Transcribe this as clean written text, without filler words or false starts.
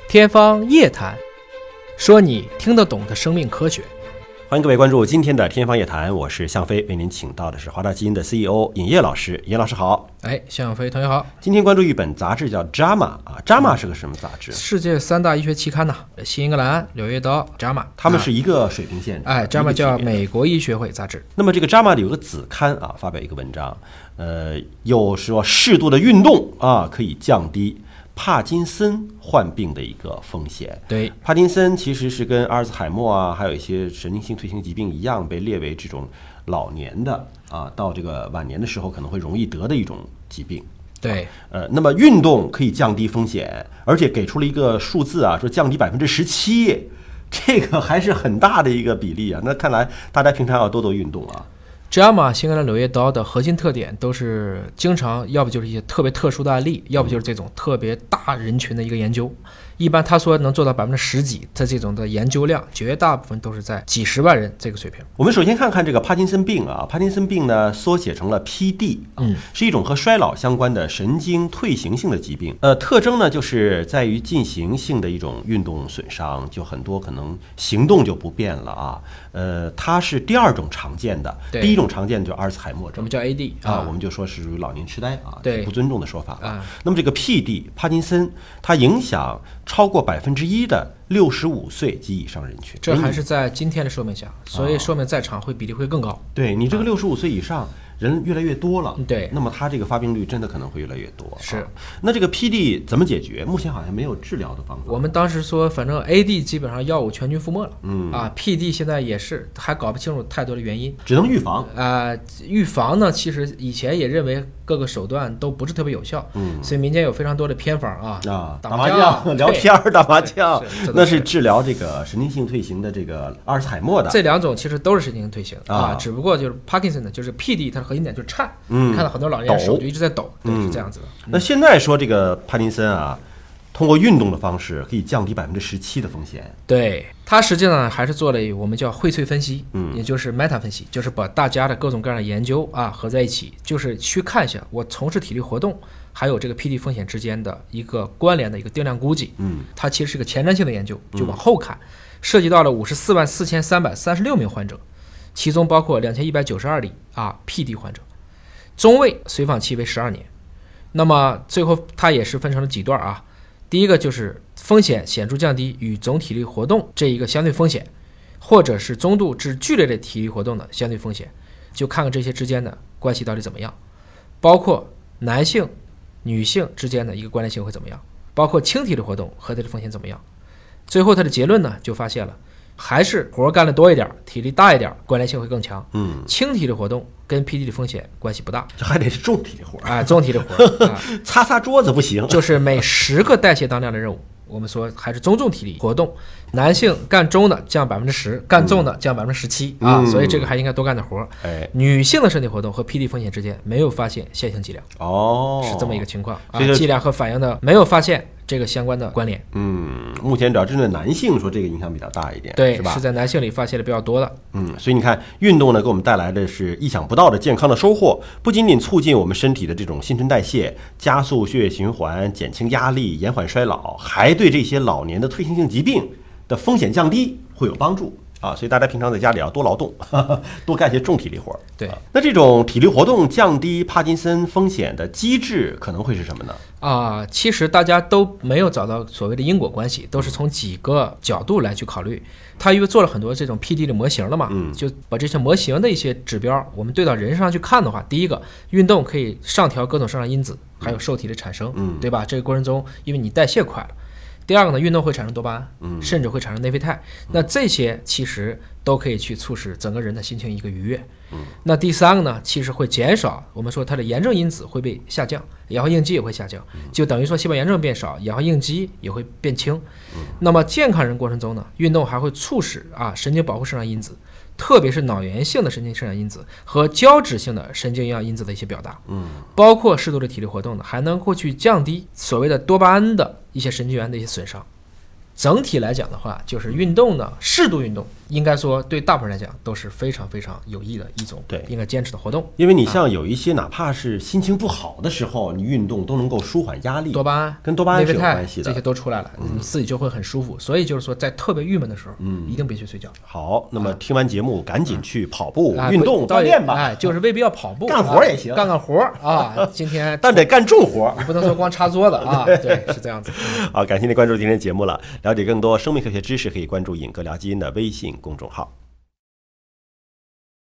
天方夜谭，说你听得懂的生命科学。 欢迎各位关注今天的天方夜谭，我是向飞，为您请到的是华大基因的 CEO 尹烨老师。尹烨老师好。 向飞同学好。 今天关注一本杂志叫 JAMA 啊，JAMA 是个什么杂志？ 世界3大医学期刊呐，新英格兰、柳叶刀、JAMA， 他们是一个水平线。 JAMA 叫美国医学会杂志。 那么这个 JAMA 里有个子刊啊，发表一个文章，又说适度的运动啊可以降低帕金森患病的一个风险。 对， 帕金森其实是跟阿尔兹海默啊，还有一些神经性退行疾病一样，被列为这种老年的啊，到这个晚年的时候可能会容易得的一种疾病。 对， 那么运动可以降低风险，而且给出了一个数字啊，说降低17%，这个还是很大的一个比例啊。那看来大家平常要多运动啊。 JAMA 新英格兰柳叶刀的核心特点都是经常要不就是一些特别特殊的案例，要不就是这种特别大人群的一个研究。一般他说能做到10%几，它这种的研究量绝大部分都是在几十万人这个水平。 我们首先看看这个帕金森病啊，帕金森病呢缩写成了 PD，是一种和衰老相关的神经退行性的疾病。特征呢就是在于进行性的一种运动损伤，就很多可能行动就不便了啊。它是第二种常见的，第一种常见的就是阿尔兹海默症， 我们叫 AD 啊，我们就说是属于老年痴呆啊， 对， 不尊重的说法啊。那么这个 PD 帕金森，它影响超过1%的65岁及以上人群， 这还是在今天的寿命下，所以寿命再长比例会更高。 对，你这个65岁以上人越来越多了， 对， 那么它这个发病率真的可能会越来越多。 是， 那这个 PD 怎么解决？目前好像没有治疗的方法。 我们当时说，反正 AD 基本上药物全军覆没了，PD 现在也是还搞不清楚太多的原因， 只能预防。 预防呢，其实以前也认为各个手段都不是特别有效，所以民间有非常多的偏方打麻将、聊天、打麻将，那是治疗这个神经性退行的这个阿尔兹海默的。 这两种其实都是神经性退行只不过就是 Parkinson 呢，就是 PD 它的核心点就是颤，看到很多老年人手就一直在抖，对，是这样子的。 那现在说这个帕金森啊，通过运动的方式可以降低17%的风险。 对，它实际上还是做了我们叫荟萃分析，也就是 meta 分析，就是把大家的各种各样的研究合在一起，就是去看一下我从事体力活动还有这个 PD 风险之间的一个关联的一个定量估计。它其实是个前瞻性的研究，就往后看，涉及到了544336名患者，其中包括2192例PD 患者，中位随访期为12年。那么最后它也是分成了几段第一个就是风险显著降低与总体力活动这一个相对风险，或者是中度至剧烈的体力活动的相对风险，就看看这些之间的关系到底怎么样，包括男性女性之间的一个关联性会怎么样，包括轻体力活动和它的风险怎么样。最后它的结论呢就发现了，还是活干的多一点，体力大一点，关联性会更强。轻体力活动跟 PD 的风险关系不大， 这还得是重体力活重体力活擦桌子不行， 就是每10个代谢当量的任务，我们说还是中重体力活动，男性干中的降10%，干重的降17%所以这个还应该多干点活。女性的身体活动和 PD 风险之间没有发现线性剂量，是这么一个情况剂量和反应的没有发现这个相关的关联。 目前主要针对男性说这个影响比较大一点， 对， 是吧？ 是在男性里发现的比较多的。 所以你看，运动呢给我们带来的是意想不到的健康的收获，不仅仅促进我们身体的这种新陈代谢，加速血液循环，减轻压力，延缓衰老，还对这些老年的退行性疾病的风险降低会有帮助。所以大家平常在家里要多劳动，多干些重体力活。 对， 那这种体力活动降低帕金森风险的机制可能会是什么呢？ 其实大家都没有找到所谓的因果关系，都是从几个角度来去考虑。他因为做了很多这种 PD 的模型了嘛，就把这些模型的一些指标，我们对到人上去看的话，第一个，运动可以上调各种生长因子，还有受体的产生，对吧？这个过程中，因为你代谢快了。第二个呢，运动会产生多巴胺，甚至会产生内啡肽，那这些其实都可以去促使整个人的心情一个愉悦。那第三个呢，其实会减少我们说它的炎症因子会被下降，氧化应激也会下降，就等于说细胞炎症变少，氧化应激也会变轻。那么健康人过程中呢，运动还会促使神经保护生长因子，特别是脑源性的神经生长因子和胶质性的神经营养因子的一些表达，包括适度的体力活动呢，还能够去降低所谓的多巴胺的一些神经元的一些损伤。整体来讲的话，就是运动呢，适度运动应该说对大部分人来讲都是非常非常有益的一种对应该坚持的活动。 因为你像有一些哪怕是心情不好的时候，你运动都能够舒缓压力， 多巴胺跟多巴胺是有关系的， 这些都出来了，你自己就会很舒服。所以就是说，在特别郁闷的时候，一定别去睡觉。 好，那么听完节目赶紧去跑步、运动、锻炼吧。 就是未必要跑步， 干活也行， 干活啊。今天但得干重活， 你不能说光擦桌子啊。对，是这样子。 好，感谢您关注今天的节目了。了解更多生命科学知识，可以关注尹哥聊基因的微信公众号。